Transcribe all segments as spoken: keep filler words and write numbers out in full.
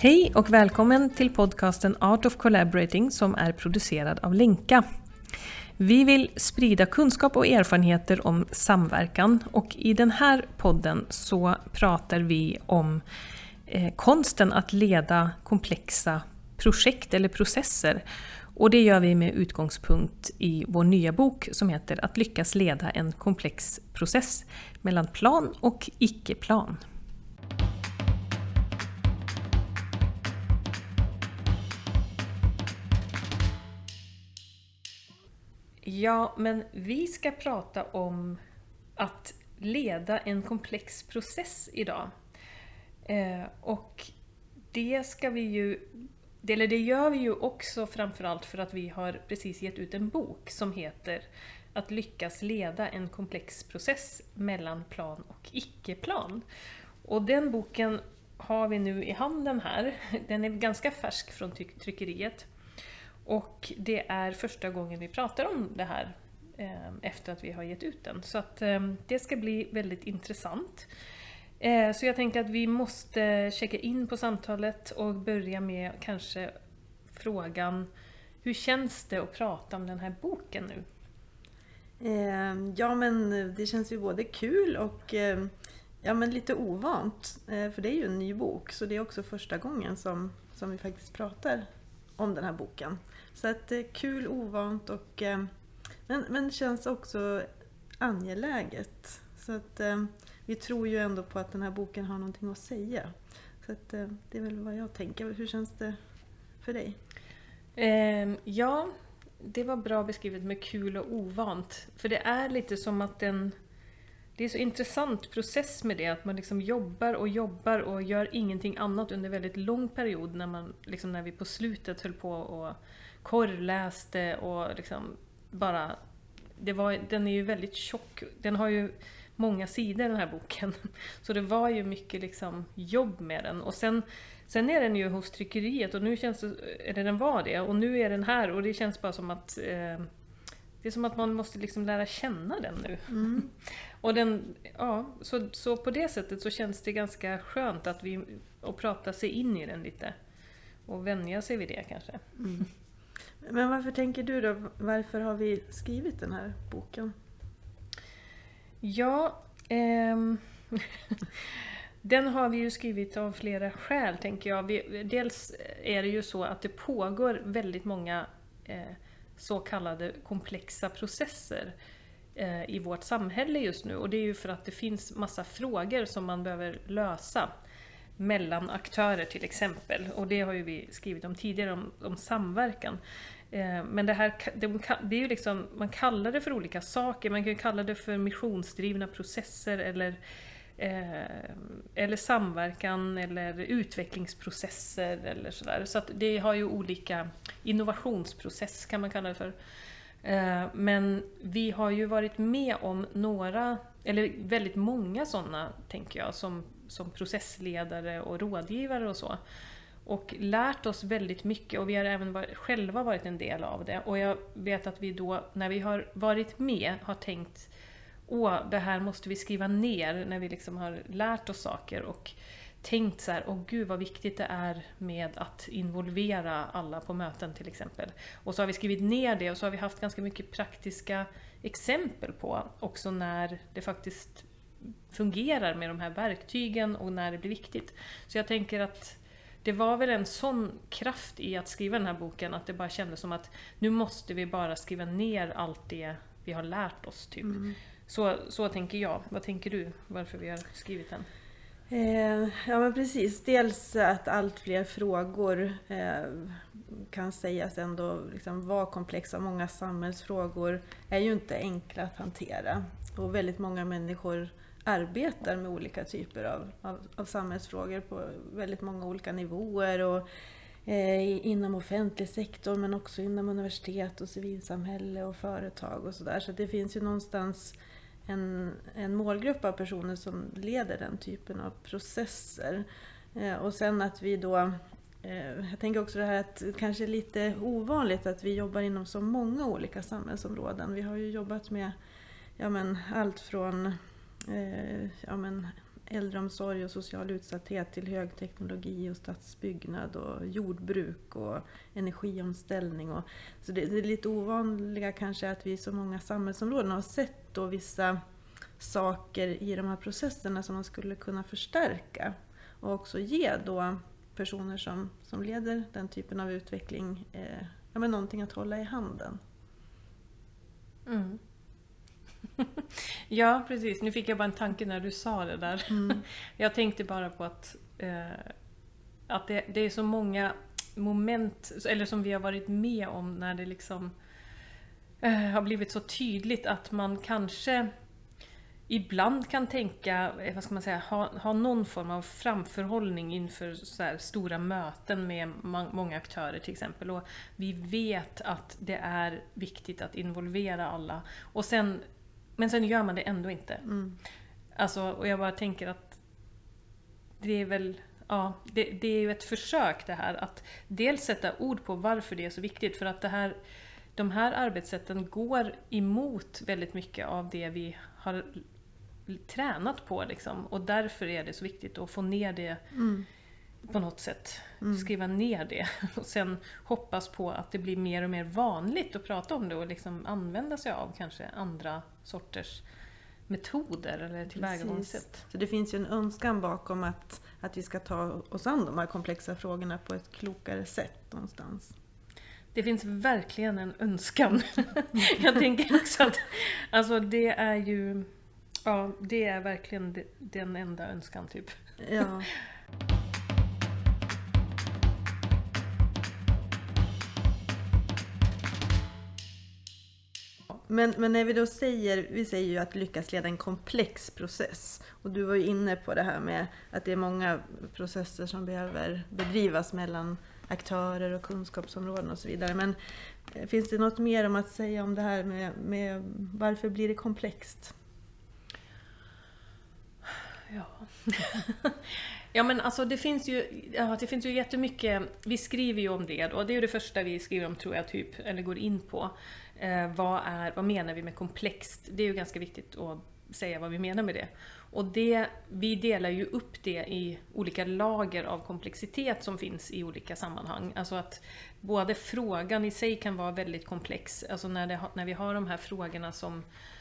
Hej och välkommen till podcasten Art of Collaborating som är producerad av Lenka. Vi vill sprida kunskap och erfarenheter om samverkan och i den här podden så pratar vi om eh, konsten att leda komplexa projekt eller processer. Och det gör vi med utgångspunkt i vår nya bok som heter Att lyckas leda en komplex process mellan plan och icke-plan. Ja, men vi ska prata om att leda en komplex process idag. Eh, och det ska vi ju, eller det gör vi ju också framförallt för att vi har precis gett ut en bok som heter Att lyckas leda en komplex process mellan plan och icke-plan. Och den boken har vi nu i handen här. Den är ganska färsk från tryckeriet. Och det är första gången vi pratar om det här eh, efter att vi har gett ut den. Så att eh, det ska bli väldigt intressant. Eh, så jag tänkte att vi måste checka in på samtalet och börja med kanske frågan: hur känns det att prata om den här boken nu? Eh, ja men det känns ju både kul och eh, ja, men lite ovant. Eh, för det är ju en ny bok, så det är också första gången som, som vi faktiskt pratar om den här boken. Så att det är kul, ovant och eh, men, men känns också angeläget. Så att eh, vi tror ju ändå på att den här boken har någonting att säga. Så att eh, det är väl vad jag tänker. Hur känns det för dig? Eh, ja, det var bra beskrivet med kul och ovant. För det är lite som att den... Det är så intressant process med det, att man liksom jobbar och jobbar och gör ingenting annat under väldigt lång period när, man, liksom när vi på slutet höll på och korrläste och liksom bara... Det var, den är ju väldigt tjock, den har ju många sidor den här boken. Så det var ju mycket liksom jobb med den. Och sen, sen är den ju hos tryckeriet och nu känns det, eller den var det, och nu är den här och det känns bara som att... Eh, Det är som att man måste liksom lära känna den nu. Mm. Och den, ja, så, så på det sättet så känns det ganska skönt att vi att prata sig in i den lite. Och vänja sig vid det kanske. Mm. Men varför tänker du då? Varför har vi skrivit den här boken? Ja, ehm, den har vi ju skrivit av flera skäl tänker jag. Vi, dels är det ju så att det pågår väldigt många... Eh, så kallade komplexa processer eh, i vårt samhälle just nu. Och det är ju för att det finns massa frågor som man behöver lösa mellan aktörer till exempel. Och det har ju vi skrivit om tidigare, om, om samverkan. Eh, men det här, det, det är ju liksom, man kallar det för olika saker. Man kan ju kalla det för missionsdrivna processer eller Eh, eller samverkan eller utvecklingsprocesser eller sådär. Så att det har ju olika innovationsprocess kan man kalla det för. Eh, men vi har ju varit med om några, eller väldigt många sådana tänker jag, som, som processledare och rådgivare och så. Och lärt oss väldigt mycket och vi har även varit, själva varit en del av det. Och jag vet att vi då, när vi har varit med, har tänkt åh, det här måste vi skriva ner när vi liksom har lärt oss saker och tänkt så här, åh gud vad viktigt det är med att involvera alla på möten till exempel. Och så har vi skrivit ner det och så har vi haft ganska mycket praktiska exempel på också när det faktiskt fungerar med de här verktygen och när det blir viktigt. Så jag tänker att det var väl en sån kraft i att skriva den här boken att det bara kändes som att nu måste vi bara skriva ner allt det vi har lärt oss typ. Mm. Så, så tänker jag. Vad tänker du? Varför vi har skrivit den? Eh, ja men precis. Dels att allt fler frågor eh, kan sägas ändå liksom vara komplexa. Många samhällsfrågor är ju inte enkla att hantera. Och väldigt många människor arbetar med olika typer av, av, av samhällsfrågor på väldigt många olika nivåer. Och eh, inom offentlig sektor men också inom universitet och civilsamhälle och företag och sådär. Så det finns ju någonstans En, en målgrupp av personer som leder den typen av processer. Eh, och sen att vi då, eh, jag tänker också det här att kanske är lite ovanligt att vi jobbar inom så många olika samhällsområden. Vi har ju jobbat med ja, men, allt från eh, ja, men, äldreomsorg och social utsatthet till högteknologi och stadsbyggnad och jordbruk och energiomställning. Och, så det, det är lite ovanliga kanske att vi i så många samhällsområden har sett då vissa saker i de här processerna som man skulle kunna förstärka och också ge då personer som, som leder den typen av utveckling eh, ja, men någonting att hålla i handen. Mm. Ja, precis. Nu fick jag bara en tanke när du sa det där. Mm. Jag tänkte bara på att, eh, att det, det är så många moment, eller som vi har varit med om när det liksom eh, har blivit så tydligt att man kanske ibland kan tänka, vad ska man säga, ha, ha någon form av framförhållning inför så här stora möten med många aktörer till exempel. Och vi vet att det är viktigt att involvera alla. Och sen, men sen gör man det ändå inte. Mm. Alltså, och jag bara tänker att det är väl, ja, det, det är ju ett försök det här att dels sätta ord på varför det är så viktigt. För att det här, de här arbetssätten går emot väldigt mycket av det vi har tränat på liksom. Och därför är det så viktigt att få ner det mm. på något sätt. Mm. Skriva ner det och sen hoppas på att det blir mer och mer vanligt att prata om det och liksom använda sig av kanske andra sorters metoder eller tillvägagångssätt. Så det finns ju en önskan bakom att, att vi ska ta oss an de här komplexa frågorna på ett klokare sätt någonstans. Det finns verkligen en önskan. Jag tänker också att alltså det är ju, ja, det är verkligen den enda önskan typ. Ja. Men, men när vi då säger, vi säger ju att lyckas leda en komplex process. Och du var ju inne på det här med att det är många processer som behöver bedrivas mellan aktörer och kunskapsområden och så vidare. Men finns det något mer om att säga om det här med, med varför blir det komplext? Ja. Ja men alltså det finns ju ja, det finns ju jättemycket, vi skriver ju om det och det är ju det första vi skriver om tror jag typ, eller går in på. Eh, vad, är, vad menar vi med komplext? Det är ju ganska viktigt att säga vad vi menar med det. Och det, vi delar ju upp det i olika lager av komplexitet som finns i olika sammanhang. Alltså att både frågan i sig kan vara väldigt komplex. Alltså när, det, när vi har de här frågorna som,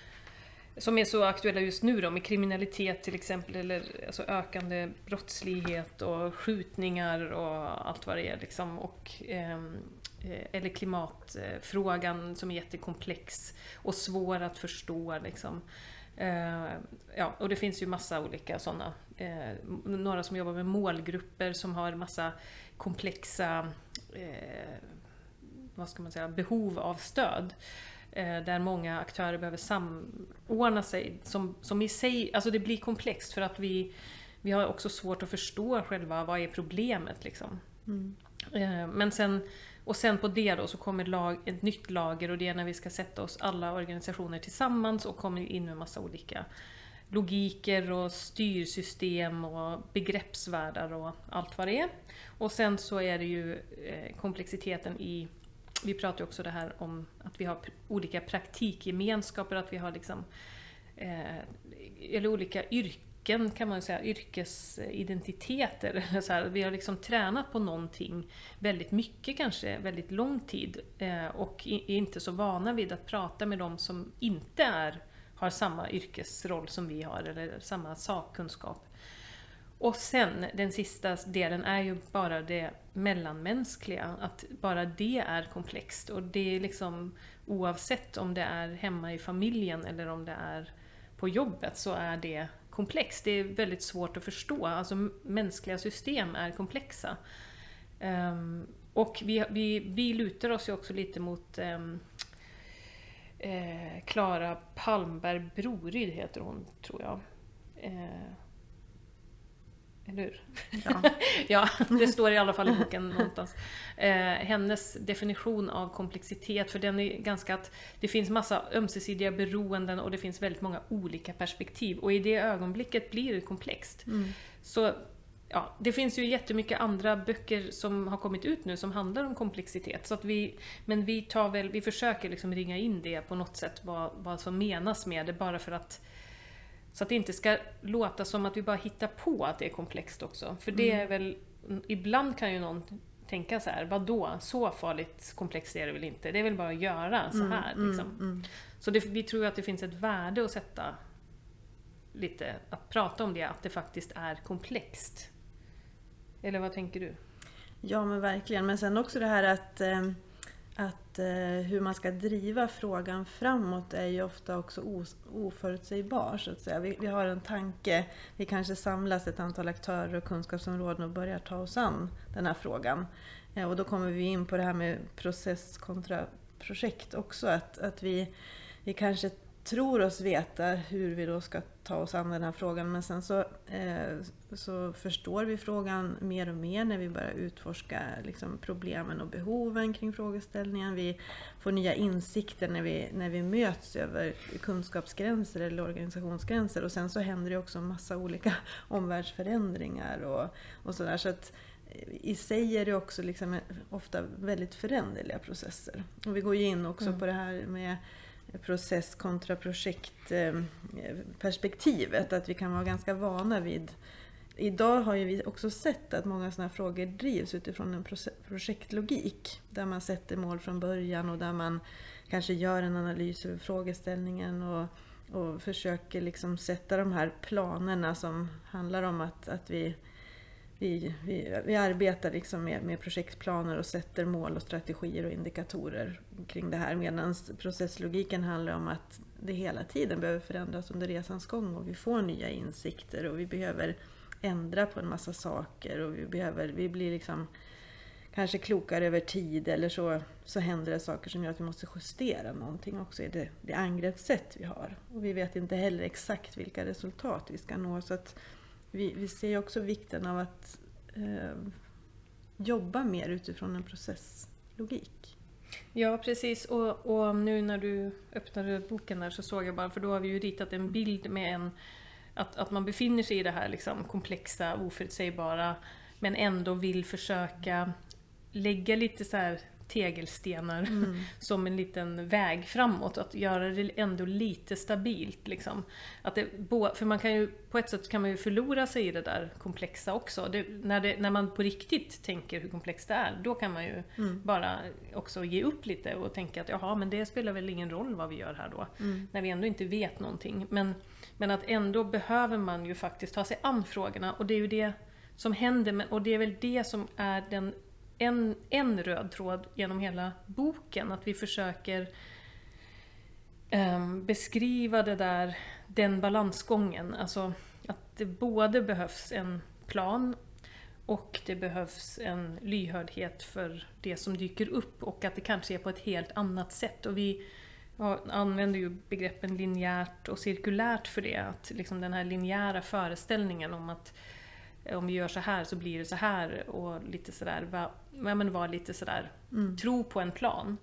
som är så aktuella just nu då, med kriminalitet till exempel, eller alltså ökande brottslighet och skjutningar och allt vad det är. Liksom, och, eh, eller klimatfrågan som är jättekomplex och svår att förstå. Liksom. Uh, ja, och det finns ju massa olika sådana, uh, några som jobbar med målgrupper som har massa komplexa uh, vad ska man säga, behov av stöd, uh, där många aktörer behöver samordna sig som, som i sig, alltså det blir komplext för att vi, vi har också svårt att förstå själva vad är problemet liksom. Mm. Uh, men sen Och sen på det då så kommer lag, ett nytt lager och det är när vi ska sätta oss alla organisationer tillsammans och kommer in med massa olika logiker och styrsystem och begreppsvärldar och allt vad det är. Och sen så är det ju eh, komplexiteten i, vi pratar ju också det här om att vi har p- olika praktikgemenskaper, att vi har liksom, eh, eller olika yrken kan man säga, yrkesidentiteter. Så här, vi har liksom tränat på någonting väldigt mycket, kanske väldigt lång tid eh, och är inte så vana vid att prata med dem som inte är, har samma yrkesroll som vi har eller samma sakkunskap. Och sen den sista delen är ju bara det mellanmänskliga, att bara det är komplext och det är liksom oavsett om det är hemma i familjen eller om det är på jobbet så är det komplext. Det är väldigt svårt att förstå. Alltså mänskliga system är komplexa. Um, och vi, vi, vi lutar oss ju också lite mot um, eh, Clara Palmberg Broryd heter hon, tror jag. Eh, eller hur? Ja. Ja, det står i alla fall i boken någonstans. Eh, hennes definition av komplexitet, för den är ganska att det finns massa ömsesidiga beroenden och det finns väldigt många olika perspektiv och i det ögonblicket blir det komplext. Mm. Så ja, det finns ju jättemycket andra böcker som har kommit ut nu som handlar om komplexitet, så att vi, men vi tar väl, vi försöker liksom ringa in det på något sätt, vad, vad som menas med det, bara för att Så att det inte ska låta som att vi bara hittar på att det är komplext också. För det är väl, ibland kan ju någon tänka så här, vadå, så farligt komplext är det väl inte? Det är väl bara att göra så här. Mm, liksom. mm, mm. Så det, vi tror att det finns ett värde att sätta lite, att prata om det, att det faktiskt är komplext. Eller vad tänker du? Ja, men verkligen. Men sen också det här att, eh, att eh, hur man ska driva frågan framåt är ju ofta också os- oförutsägbar, så att säga. Vi, vi har en tanke, vi kanske samlas ett antal aktörer och kunskapsområden och börjar ta oss an den här frågan. Eh, och då kommer vi in på det här med process kontra projekt också, att, att vi, vi kanske tror oss veta hur vi då ska ta oss an den här frågan, men sen så, eh, så förstår vi frågan mer och mer när vi börjar utforska liksom, problemen och behoven kring frågeställningen. Vi får nya insikter när vi, när vi möts över kunskapsgränser eller organisationsgränser, och sen så händer det också en massa olika omvärldsförändringar och, och sådär, så att i sig är det också liksom ofta väldigt föränderliga processer. Och vi går ju in också mm. på det här med process kontra projektperspektivet, att vi kan vara ganska vana vid. Idag har ju vi också sett att många sådana här frågor drivs utifrån en projektlogik, där man sätter mål från början och där man kanske gör en analys över frågeställningen och, och försöker liksom sätta de här planerna som handlar om att, att vi Vi, vi, vi arbetar liksom med, med projektplaner och sätter mål och strategier och indikatorer kring det här, medan processlogiken handlar om att det hela tiden behöver förändras under resans gång och vi får nya insikter och vi behöver ändra på en massa saker och vi, behöver, vi blir liksom kanske klokare över tid, eller så, så händer det saker som gör att vi måste justera någonting också i det, det angreppssätt vi har. Och vi vet inte heller exakt vilka resultat vi ska nå, så att Vi, vi ser också vikten av att eh, jobba mer utifrån en processlogik. Ja, precis. Och, och nu när du öppnade boken där så såg jag bara, för då har vi ju ritat en bild med en, att, att man befinner sig i det här liksom komplexa, oförutsägbara, men ändå vill försöka lägga lite så här tegelstenar mm. som en liten väg framåt, att göra det ändå lite stabilt liksom. Att det, för man kan ju, på ett sätt kan man ju förlora sig i det där komplexa också. Det, när, det, när man på riktigt tänker hur komplext det är, då kan man ju mm. bara också ge upp lite och tänka att jaha, men det spelar väl ingen roll vad vi gör här då, mm. när vi ändå inte vet någonting. Men, men att ändå behöver man ju faktiskt ta sig an frågorna, och det är ju det som händer, och det är väl det som är den En, en röd tråd genom hela boken, att vi försöker um, beskriva det där, den balansgången, alltså att det både behövs en plan och det behövs en lyhördhet för det som dyker upp, och att det kanske är på ett helt annat sätt. Och vi ja, använder ju begreppen linjärt och cirkulärt för det, att liksom den här linjära föreställningen om att om vi gör så här så blir det så här, och lite sådär, va, men var lite sådär, mm. tro på en plan.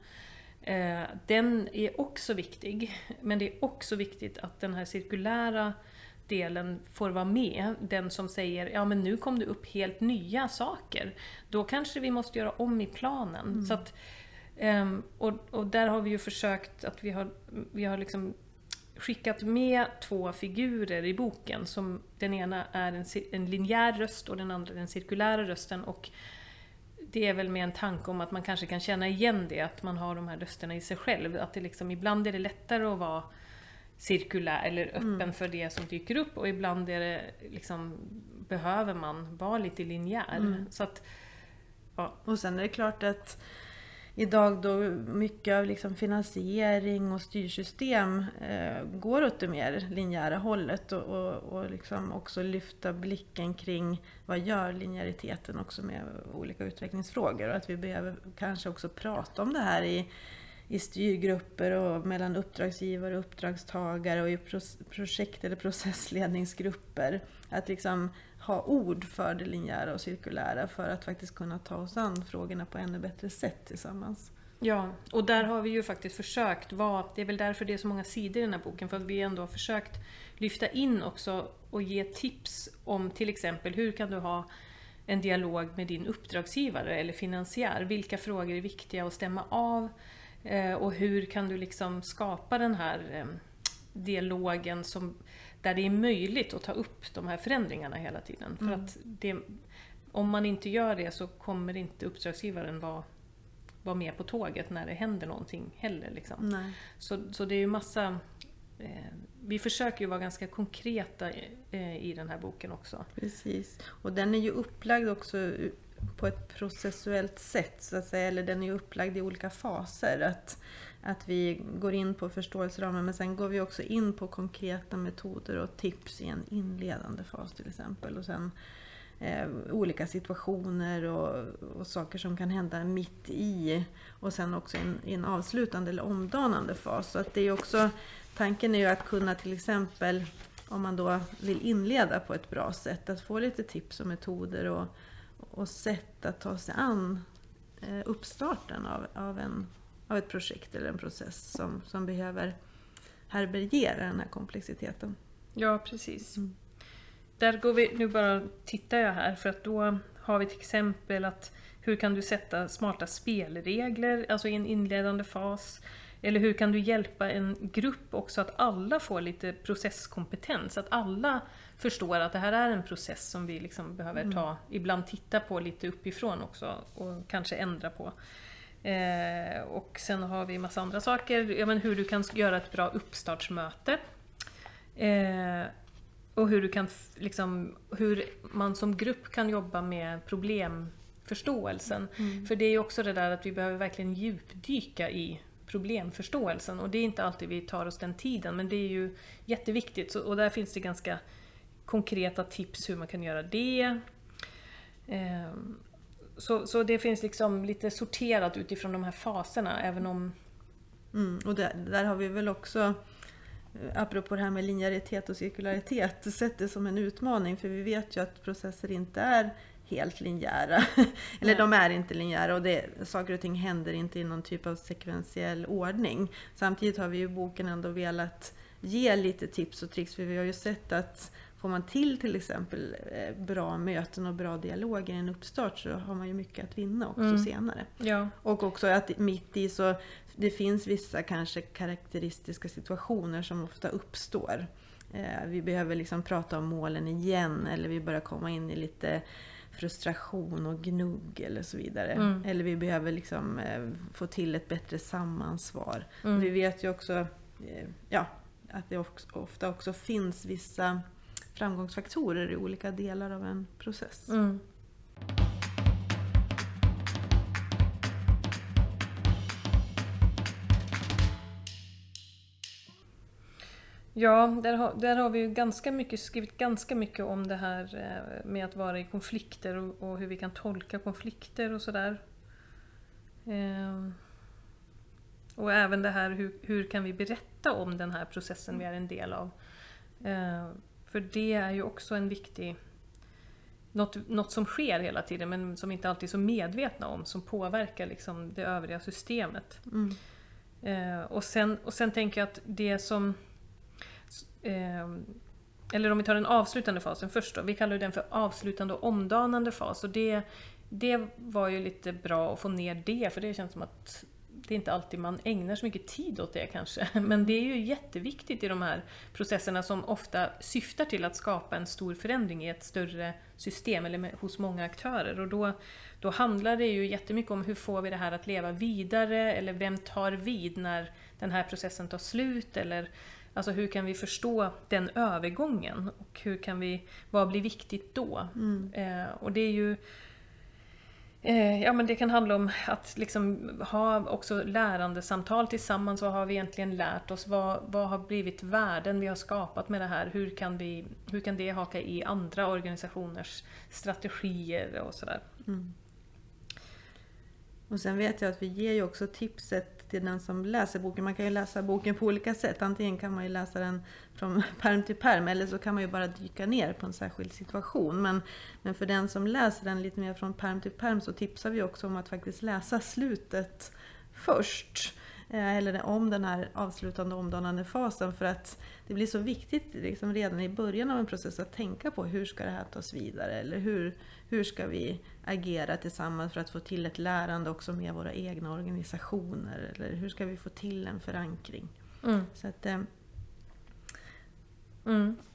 Eh, den är också viktig, men det är också viktigt att den här cirkulära delen får vara med, den som säger, ja men nu kom det upp helt nya saker, då kanske vi måste göra om i planen. Mm. Så att, eh, och, och där har vi ju försökt att vi har, vi har liksom skickat med två figurer i boken, som den ena är en, en linjär röst och den andra den cirkulära rösten, och det är väl med en tanke om att man kanske kan känna igen det, att man har de här rösterna i sig själv, att det liksom, ibland är det lättare att vara cirkulär eller öppen mm. för det som dyker upp, och ibland är det liksom, behöver man vara lite linjär. Mm. Så att, ja. Och sen är det klart att idag då mycket av liksom finansiering och styrsystem eh, går åt det mer linjära hållet, och, och, och liksom också lyfta blicken kring vad gör linjäriteten också med olika utvecklingsfrågor, och att vi behöver kanske också prata om det här i, i styrgrupper och mellan uppdragsgivare och uppdragstagare och i projekt- eller processledningsgrupper, att liksom ha ord för det linjära och cirkulära för att faktiskt kunna ta oss an frågorna på ännu bättre sätt tillsammans. Ja, och där har vi ju faktiskt försökt vara, det är väl därför det är så många sidor i den här boken, för att vi ändå har försökt lyfta in också och ge tips om till exempel hur kan du ha en dialog med din uppdragsgivare eller finansiär, vilka frågor är viktiga att stämma av, och hur kan du liksom skapa den här dialogen som där det är möjligt att ta upp de här förändringarna hela tiden. För Mm. att det, om man inte gör det så kommer inte uppdragsgivaren vara, vara med på tåget när det händer någonting heller. Liksom. Nej. Så, så det är ju massa... Eh, vi försöker ju vara ganska konkreta eh, i den här boken också. Precis. Och den är ju upplagd också på ett processuellt sätt, så att säga. Eller den är ju upplagd i olika faser. Att, att vi går in på förståelseramen, men sen går vi också in på konkreta metoder och tips i en inledande fas till exempel. Och sen eh, olika situationer och, och saker som kan hända mitt i. Och sen också in, i en avslutande eller omdanande fas. Så att det är också, tanken är ju att kunna till exempel, om man då vill inleda på ett bra sätt, att få lite tips och metoder och, och sätt att ta sig an eh, uppstarten av, av, en, av ett projekt eller en process som, som behöver härbärgera den här komplexiteten. Ja, precis. Mm. Där går vi, nu bara tittar jag här, för att då har vi till exempel att hur kan du sätta smarta spelregler, alltså i en inledande fas. Eller hur kan du hjälpa en grupp också att alla får lite processkompetens, att alla förstår att det här är en process som vi liksom behöver ta, ibland titta på lite uppifrån också och kanske ändra på. Eh, och sen har vi en massa andra saker, ja, men hur du kan göra ett bra uppstartsmöte. Eh, och hur, du kan, liksom, hur man som grupp kan jobba med problemförståelsen. Mm. För det är ju också det där att vi behöver verkligen djupdyka i problemförståelsen. Och det är inte alltid vi tar oss den tiden, men det är ju jätteviktigt. Så, och där finns det ganska konkreta tips hur man kan göra det. Eh, så, så det finns liksom lite sorterat utifrån de här faserna, även om... Mm, och där, där har vi väl också, apropå det här med linjäritet och cirkularitet, sett det som en utmaning, för vi vet ju att processer inte är helt linjära. Eller de är inte linjära, och det, saker och ting händer inte i någon typ av sekventiell ordning. Samtidigt har vi ju i boken ändå velat ge lite tips och tricks, för vi har ju sett att får man till till exempel bra möten och bra dialoger i en uppstart, så har man ju mycket att vinna också mm. senare. Ja. Och också att mitt i så det finns vissa kanske karaktäristiska situationer som ofta uppstår. Eh, vi behöver liksom prata om målen igen, eller vi börjar komma in i lite frustration och gnugg eller så vidare. Mm. Eller vi behöver liksom eh, få till ett bättre samansvar. Mm. Och vi vet ju också eh, ja, att det också, ofta också finns vissa framgångsfaktorer i olika delar av en process. Mm. Ja, där har, där har vi ju ganska mycket, skrivit ganska mycket om det här med att vara i konflikter och, och hur vi kan tolka konflikter och sådär. Ehm, och även det här hur, hur kan vi berätta om den här processen vi är en del av. Ehm, för det är ju också en viktig, något, något som sker hela tiden men som inte alltid är så medvetna om, som påverkar liksom det övriga systemet. Mm. Ehm, och, sen, och sen tänker jag att det som eller om vi tar den avslutande fasen först då. Vi kallar den för avslutande och omdanande fas. Och det, det var ju lite bra att få ner det. För det känns som att det är inte alltid man ägnar så mycket tid åt det kanske. Men det är ju jätteviktigt i de här processerna som ofta syftar till att skapa en stor förändring i ett större system eller med, hos många aktörer. Och då, då handlar det ju jättemycket om hur får vi det här att leva vidare, eller vem tar vid när den här processen tar slut, eller alltså hur kan vi förstå den övergången och hur kan vi, vad blir viktigt då? Mm. Eh, och det är ju eh, ja men det kan handla om att liksom ha också lärandesamtal tillsammans. Vad har vi egentligen lärt oss? Vad, vad har blivit värden vi har skapat med det här? Hur kan, vi, hur kan det haka i andra organisationers strategier och sådär? Mm. Och sen vet jag att vi ger ju också tipset till den som läser boken. Man kan ju läsa boken på olika sätt. Antingen kan man ju läsa den från pärm till pärm, eller så kan man ju bara dyka ner på en särskild situation. Men, men för den som läser den lite mer från pärm till pärm, så tipsar vi också om att faktiskt läsa slutet först. Eller om den här avslutande och omdanande fasen, för att det blir så viktigt liksom redan i början av en process att tänka på hur ska det här tas vidare, eller hur, hur ska vi agera tillsammans för att få till ett lärande också med våra egna organisationer, eller hur ska vi få till en förankring. Mm. Så att, eh... mm.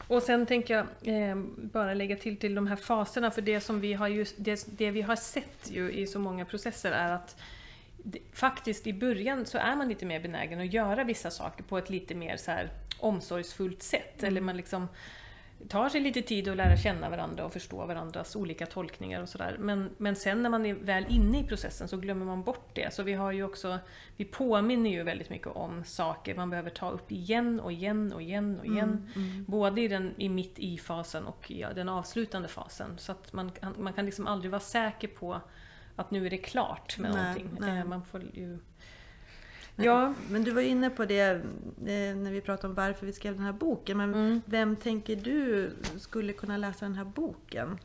Och sen tänker jag eh, bara lägga till till de här faserna, för det som vi har just, det, det vi har sett ju i så många processer är att det, faktiskt i början så är man lite mer benägen att göra vissa saker på ett lite mer så här omsorgsfullt sätt. Mm. Eller man liksom tar sig lite tid att lära känna varandra och förstå varandras olika tolkningar och sådär. Men, men sen när man är väl inne i processen så glömmer man bort det. Så vi har ju också, vi påminner ju väldigt mycket om saker man behöver ta upp igen och igen och igen och igen. Mm, mm. Både i, den, i mitt i-fasen och i den avslutande fasen. Så att man, man kan liksom aldrig vara säker på att nu är det klart med nej, någonting. Nej. Man får ju... Ja. Men du var inne på det när vi pratade om varför vi skrev den här boken. Men mm. vem tänker du skulle kunna läsa den här boken?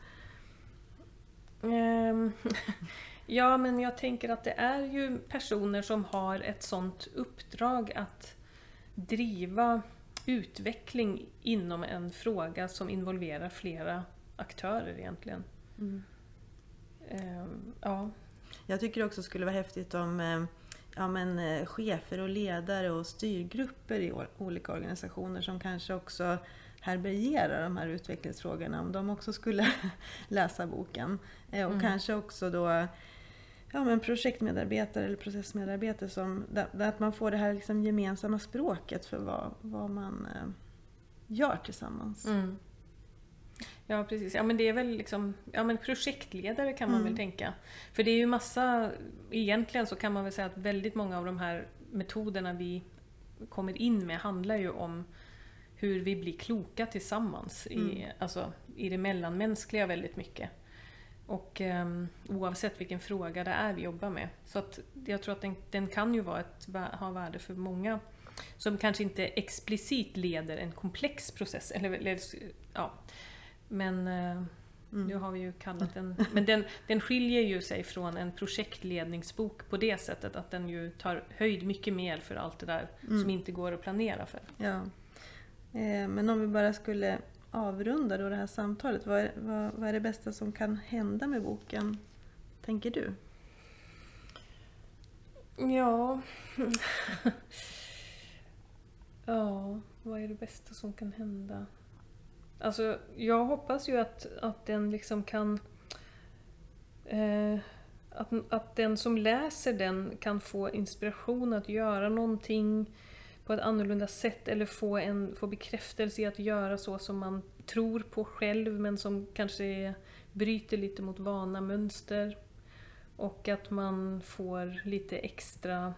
Um, ja, men jag tänker att det är ju personer som har ett sånt uppdrag att driva utveckling inom en fråga som involverar flera aktörer egentligen. Mm. Um, ja. Jag tycker också skulle vara häftigt om ja, men, chefer och ledare och styrgrupper i olika organisationer som kanske också härbärgerar de här utvecklingsfrågorna, om de också skulle läsa boken. Och mm. kanske också då ja, men projektmedarbetare eller processmedarbetare som, där att man får det här liksom gemensamma språket för vad, vad man gör tillsammans. Mm. Ja, precis. Ja, men det är väl liksom, ja, men projektledare kan man mm. väl tänka. För det är ju massa, egentligen så kan man väl säga att väldigt många av de här metoderna vi kommer in med handlar ju om hur vi blir kloka tillsammans mm. i, alltså, i det mellanmänskliga väldigt mycket. Och um, oavsett vilken fråga det är vi jobbar med. Så att jag tror att den, den kan ju vara ett, ha värde för många som kanske inte explicit leder en komplex process. Eller, eller ja... Men mm. nu har vi ju kallat den, men den, den skiljer ju sig från en projektledningsbok på det sättet att den ju tar höjd mycket mer för allt det där mm. som inte går att planera för. Ja. Eh, men om vi bara skulle avrunda då det här samtalet, vad är, vad, vad är det bästa som kan hända med boken, tänker du? Ja, ja, vad är det bästa som kan hända? Alltså, jag hoppas ju att, att den liksom kan eh, att, att den som läser den kan få inspiration att göra någonting på ett annorlunda sätt eller få, en, få bekräftelse i att göra så som man tror på själv men som kanske bryter lite mot vana mönster, och att man får lite extra.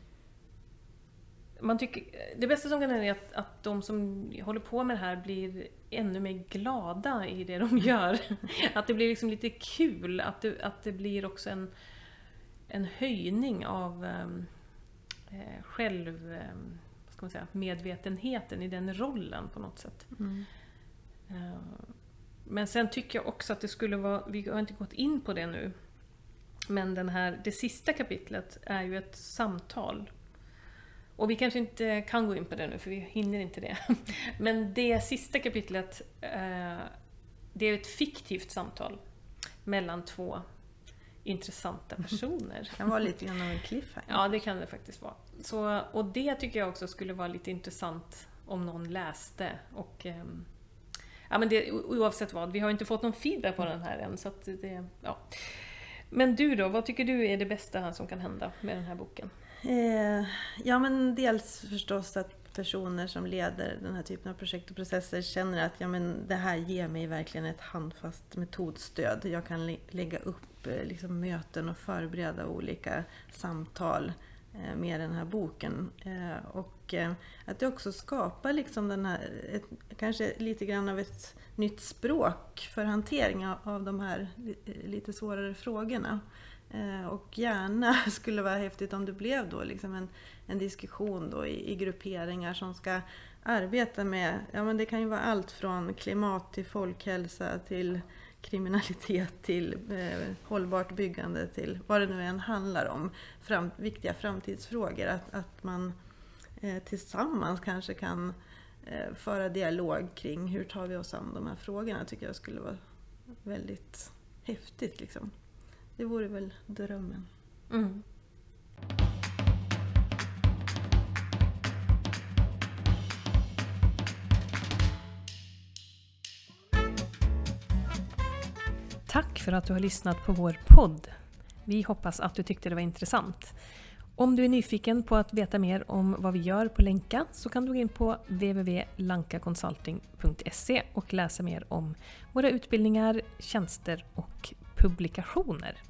Man tycker, det bästa som kan hända är att, att de som håller på med det här blir ännu mer glada i det de gör. Att det blir liksom lite kul, att det, att det blir också en, en höjning av eh, själv, eh, vad ska man säga, medvetenheten i den rollen på något sätt. Mm. Eh, men sen tycker jag också att det skulle vara, vi har inte gått in på det nu, men den här, det sista kapitlet är ju ett samtal. Och vi kanske inte kan gå in på det nu för vi hinner inte det. Men det sista kapitlet, eh, det är ett fiktivt samtal mellan två intressanta personer. Det kan vara lite grann av en cliffhanger. Ja, det kan det faktiskt vara. Så, och det tycker jag också skulle vara lite intressant om någon läste. Och, eh, ja, men det, oavsett vad, vi har inte fått någon feedback på den här än. Så att det, ja. Men du då, vad tycker du är det bästa som kan hända med den här boken? Eh, ja, men dels förstås att personer som leder den här typen av projekt och processer känner att ja, men det här ger mig verkligen ett handfast metodstöd. Jag kan lä- lägga upp eh, liksom möten och förbereda olika samtal eh, med den här boken. Eh, och eh, att det också skapar liksom den här, ett, kanske lite grann av ett nytt språk för hantering av, av de här lite svårare frågorna. Och gärna skulle vara häftigt om det blev då liksom en, en diskussion då i, i grupperingar som ska arbeta med, ja men det kan ju vara allt från klimat till folkhälsa till kriminalitet till eh, hållbart byggande till vad det nu än handlar om, fram, viktiga framtidsfrågor. Att, att man eh, tillsammans kanske kan eh, föra dialog kring hur tar vi oss an de här frågorna, tycker jag skulle vara väldigt häftigt liksom. Det vore väl drömmen. Mm. Tack för att du har lyssnat på vår podd. Vi hoppas att du tyckte det var intressant. Om du är nyfiken på att veta mer om vad vi gör på Länka så kan du gå in på w w w punkt lanka consulting punkt se och läsa mer om våra utbildningar, tjänster och publikationer.